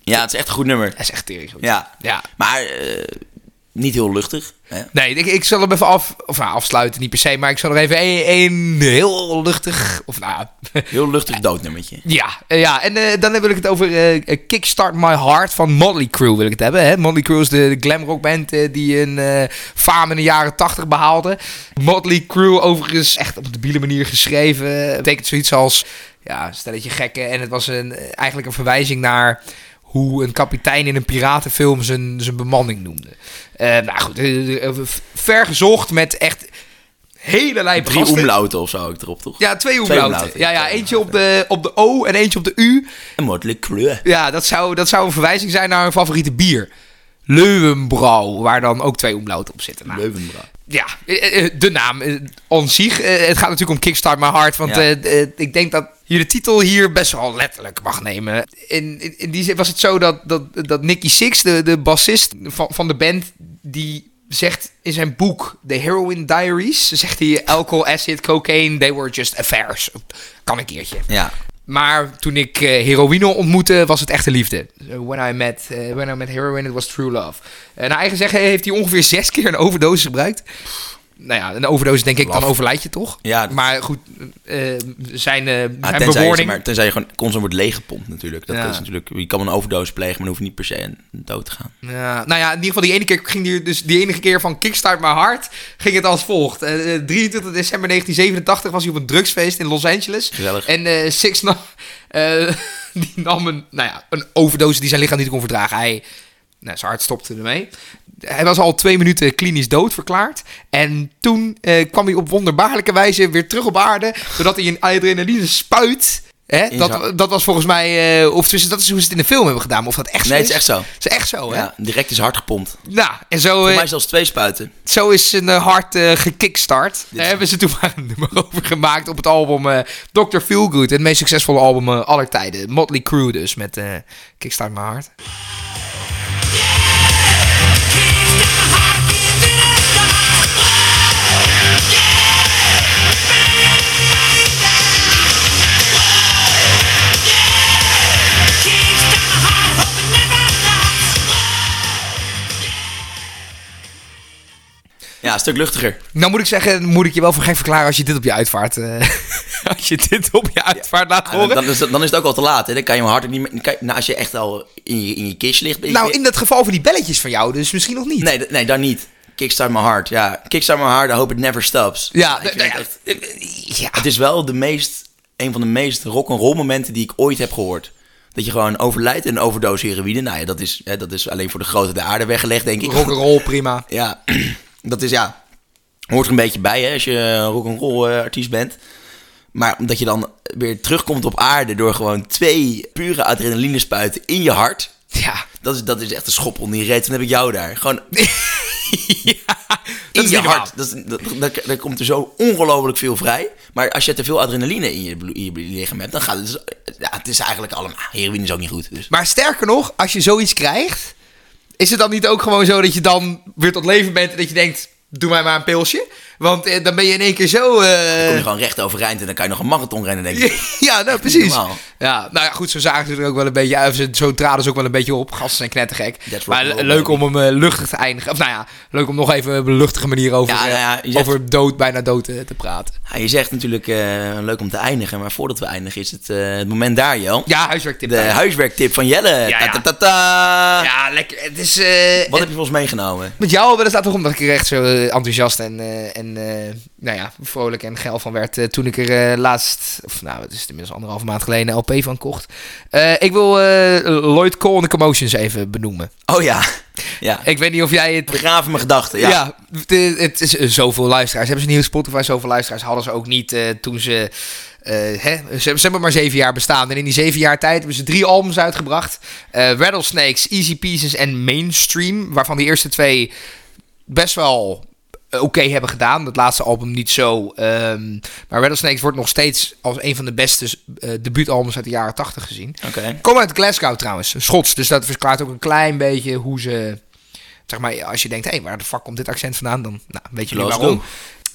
Ja, het is echt een goed nummer. Dat is echt tering goed. Ja. Maar niet heel luchtig. Hè? Nee, ik zal hem even afsluiten, niet per se, maar ik zal er even een heel luchtig, Heel luchtig doodnummertje. Ja, en dan wil ik het over Kickstart My Heart van Motley Crue wil ik het hebben. Hè? Motley Crue is de glam rock band die een faam in de jaren 80 behaalde. Motley Crue overigens echt op een debiele manier geschreven. Het betekent zoiets als, stelletje gekken. En het was eigenlijk een verwijzing naar hoe een kapitein in een piratenfilm zijn bemanning noemde. Ver gezocht met echt hele lijpe 3 omlauten of zo ook erop, toch? Ja, 2 omlauten. Ja, eentje op de O en eentje op de U. En Motley Crue. Ja, dat zou een verwijzing zijn naar een favoriete bier. Löwenbräu, waar dan ook 2 omlauten op zitten. Nou, Löwenbräu. Ja, de naam on zich. Het gaat natuurlijk om Kickstart My Heart. Want ik denk dat je de titel hier best wel letterlijk mag nemen. In die zin was het zo dat Nicky Sixx, de bassist van de band, die zegt in zijn boek The Heroin Diaries, zegt hij alcohol, acid, cocaine, they were just affairs. Kan een keertje. Ja. Maar toen ik heroïne ontmoette, was het echte liefde. When I met heroin, it was true love. Naar eigen zeggen heeft hij ongeveer 6 keer een overdosis gebruikt. Nou ja, een overdosis denk ik, dan overlijd je toch? Ja. Maar goed, zijn bewoording... Tenzij je gewoon constant wordt leeggepompt natuurlijk. Dat is natuurlijk. Je kan een overdosis plegen, maar dan hoef je niet per se dood te gaan. Ja, nou ja, in ieder geval die ene keer ging die enige keer van Kickstart My Heart ging het als volgt. 23 december 1987 was hij op een drugsfeest in Los Angeles. Gezellig. En Sixx die nam een overdosis die zijn lichaam niet kon verdragen. Zijn hart stopte ermee. Hij was al 2 minuten klinisch dood verklaard. En toen kwam hij op wonderbaarlijke wijze weer terug op aarde. Doordat hij een adrenaline spuit. Dat was volgens mij... of tussen dat is hoe ze het in de film hebben gedaan. Maar of dat echt zo is? Nee, het is echt zo. Het is echt zo, hè? Ja, direct is hard gepompt. Nou, en zo... Voor mij zelfs 2 spuiten. Zo is zijn hart gekickstart. Daar hebben ze toen maar een nummer over gemaakt op het album Dr. Feelgood. Het meest succesvolle album aller tijden. Motley Crue dus, met Kickstart My Heart. Ja, een stuk luchtiger. Nou moet ik zeggen, moet ik je wel voor gek verklaren als je dit op je uitvaart... als je dit op je uitvaart laat horen. Dan is het ook al te laat. Hè? Dan kan je hem hard niet meer... als je echt al in je kistje ligt... in het geval van die belletjes van jou, dus misschien nog niet. Nee, dan niet. Kickstart My Heart. Ja, Kickstart My Heart, I hope it never stops. Ja, Het is wel een van de meest rock'n'roll momenten die ik ooit heb gehoord. Dat je gewoon overlijdt in een overdosis heroïne. Nou ja, dat is alleen voor de grote de aarde weggelegd, denk ik. Rock'n'roll, prima. Ja, dat is hoort er een beetje bij, hè, als je een rock'n'roll artiest bent. Maar omdat je dan weer terugkomt op aarde door gewoon 2 pure adrenaline spuiten in je hart. Ja. Dat is echt een schop onder je reet. Dan heb ik jou daar. Gewoon in je hart. Daar komt er zo ongelooflijk veel vrij. Maar als je te veel adrenaline in je lichaam hebt, dan gaat het... het is eigenlijk allemaal... Heroïne is ook niet goed. Dus. Maar sterker nog, als je zoiets krijgt, is het dan niet ook gewoon zo dat je dan weer tot leven bent en dat je denkt, doe mij maar een pilsje? Want dan ben je in één keer zo... Dan kom je gewoon recht overeind en dan kan je nog een marathon rennen, denk ik. Ja, nou precies. Ja, nou ja, goed, zo zagen ze er ook wel een beetje uit. Zo traden ze ook wel een beetje op. Gasten zijn knettergek. Maar leuk om hem luchtig te eindigen. Of leuk om nog even op een luchtige manier over bijna dood te praten. Ja, je zegt natuurlijk leuk om te eindigen. Maar voordat we eindigen is het moment daar, Jel. Ja, huiswerktip. De huiswerktip van Jelle. Ja, lekker. Het is, wat heb je voor ons meegenomen? Met jou, dat staat toch omdat ik er echt zo enthousiast en vrolijk en geil van werd toen ik er laatst, het is inmiddels 1,5 maand geleden, een LP van kocht. Ik wil Lloyd Cole and the Commotions even benoemen. Oh ja. Ik weet niet of jij het... Begraven mijn gedachten, ja. Het is zoveel luisteraars. Hebben ze niet op Spotify zoveel luisteraars? Hadden ze ook niet toen ze... Ze hebben maar 7 jaar bestaan. En in die 7 jaar tijd hebben ze 3 albums uitgebracht. Rattlesnakes, Easy Pieces en Mainstream. Waarvan die eerste 2 best wel oké hebben gedaan. Dat laatste album niet zo. Maar Rattlesnakes wordt nog steeds als een van de beste debuutalbums uit de jaren 80 gezien. Kom uit Glasgow trouwens. Schots. Dus dat verklaart ook een klein beetje hoe ze... Zeg maar, als je denkt, waar de fuck komt dit accent vandaan? Dan weet je niet waarom.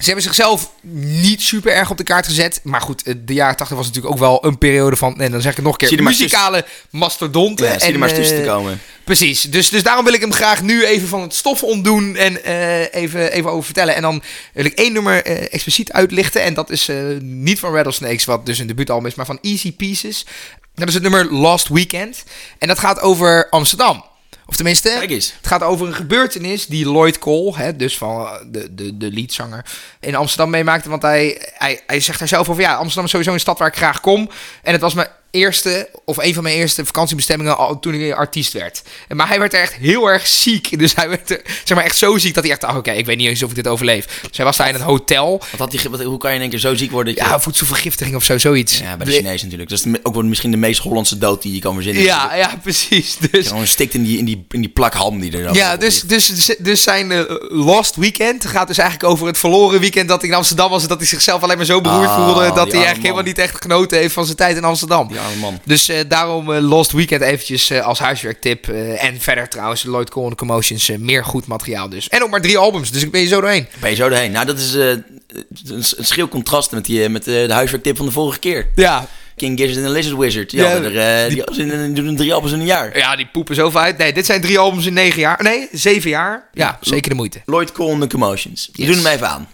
Ze hebben zichzelf niet super erg op de kaart gezet. Maar goed, de jaren 80 was natuurlijk ook wel een periode van... En dan zeg ik het nog een keer, muzikale mastodonten. Ja, zie er maar eens tussen te komen. Precies, dus daarom wil ik hem graag nu even van het stof ontdoen en even over vertellen. En dan wil ik 1 nummer expliciet uitlichten. En dat is niet van Rattlesnakes, wat dus een debuutalbum is, maar van Easy Pieces. Dat is het nummer Last Weekend. En dat gaat over Amsterdam. Of tenminste, het gaat over een gebeurtenis die Lloyd Cole, hè, dus van de leadzanger, in Amsterdam meemaakte. Want hij zegt daar zelf over, ja, Amsterdam is sowieso een stad waar ik graag kom. En het was een van mijn eerste vakantiebestemmingen toen ik artiest werd. Maar hij werd er echt heel erg ziek. Dus hij werd echt zo ziek dat hij echt dacht, oké, ik weet niet eens of ik dit overleef. Dus hij was daar in een hotel. Hoe kan je in één keer zo ziek worden? Ja, voedselvergiftiging of zoiets. Ja, bij de Chinezen natuurlijk. Dat is ook misschien de meest Hollandse dood die je kan verzinnen. Ja, precies. Dus gewoon stikt in die plak ham die er dan. Ja, dus zijn Lost Weekend gaat dus eigenlijk over het verloren weekend dat hij in Amsterdam was. En dat hij zichzelf alleen maar zo beroerd voelde dat hij eigenlijk helemaal niet echt genoten heeft van zijn tijd in Amsterdam. Man. Dus daarom Lost Weekend eventjes als huiswerktip. En verder trouwens, Lloyd Cole and the Commotions, meer goed materiaal dus. En ook maar 3 albums, dus ik ben je zo doorheen. Nou, dat is een schril contrast met de huiswerktip van de vorige keer. Ja. King Gizzard en the Lizard Wizard. Die doen 3 albums in een jaar. Ja, die poepen zoveel uit. Nee, dit zijn 3 albums in 9 jaar. Nee, 7 jaar. Ja, zeker de moeite. Lloyd Cole and the Commotions. We doen hem even aan.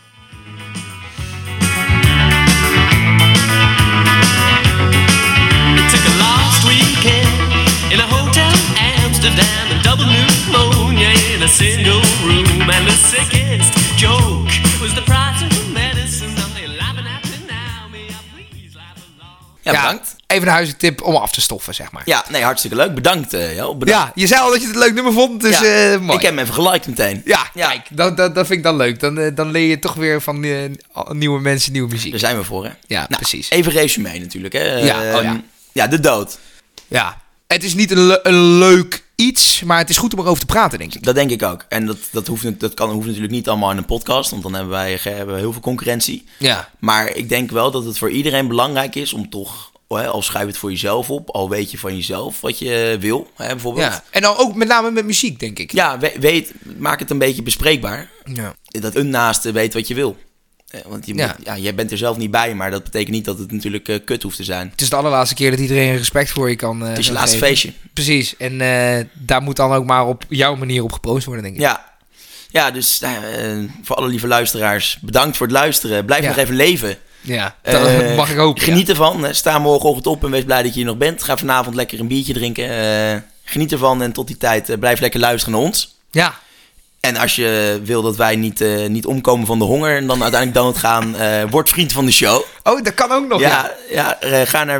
In a hotel in Amsterdam, a double pneumonia in a single room, and the sickest joke was the price of the medicine. Now you're laughing at me now, may I please laugh along? Ja, bedankt. Even een huiswerktip om af te stoffen, zeg maar. Ja, nee, hartstikke leuk. Bedankt, bedankt. Ja, je zei al dat je het een leuk nummer vond, dus mooi. Ik heb hem even geliked meteen. Ja, kijk, dat vind ik dan leuk. Dan leer je toch weer van nieuwe mensen, nieuwe muziek. Daar zijn we voor, hè? Ja, precies. Even resume natuurlijk, hè? Ja, de dood. Ja, het is niet een leuk iets, maar het is goed om erover te praten, denk ik. Dat denk ik ook. En dat hoeft natuurlijk niet allemaal in een podcast, want dan hebben we heel veel concurrentie. Ja. Maar ik denk wel dat het voor iedereen belangrijk is om toch, al schrijf het voor jezelf op, al weet je van jezelf wat je wil, hè, bijvoorbeeld. Ja. En dan ook met name met muziek, denk ik. Ja, maak het een beetje bespreekbaar. Ja. Dat een naaste weet wat je wil. Want jij bent er zelf niet bij, maar dat betekent niet dat het natuurlijk kut hoeft te zijn. Het is de allerlaatste keer dat iedereen respect voor je kan het is je laatste feestje. Precies, en daar moet dan ook maar op jouw manier op geproost worden, denk ik. Ja, dus voor alle lieve luisteraars, bedankt voor het luisteren. Blijf nog even leven. Ja, dat mag ik hopen. Geniet ervan. Sta morgenochtend op en wees blij dat je hier nog bent. Ga vanavond lekker een biertje drinken. Geniet ervan en tot die tijd blijf lekker luisteren naar ons. Ja. En als je wil dat wij niet omkomen van de honger en dan uiteindelijk doodgaan, word vriend van de show. Oh, dat kan ook nog. Ga naar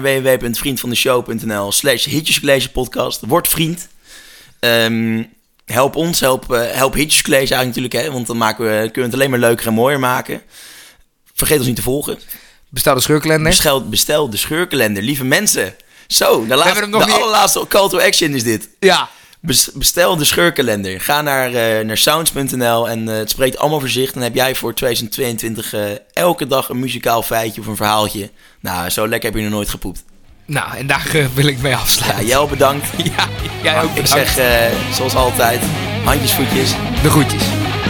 www.vriendvandeshow.nl/hitjescollege-podcast. Word vriend. Help ons, help Hitjes College eigenlijk natuurlijk, hè, want dan kunnen we het alleen maar leuker en mooier maken. Vergeet ons niet te volgen. Bestel de scheurkalender. Bestel de scheurkalender, lieve mensen. Zo, de allerlaatste call to action is dit. Ja. Bestel de scheurkalender. Ga naar sounds.nl en het spreekt allemaal voor zich. Dan heb jij voor 2022 elke dag een muzikaal feitje of een verhaaltje. Nou, zo lekker heb je nog nooit gepoept. Nou, en daar wil ik mee afsluiten. Ja, jij bedankt. Ja, jij ook bedankt. Ik zeg, zoals altijd, handjes, voetjes. De groetjes.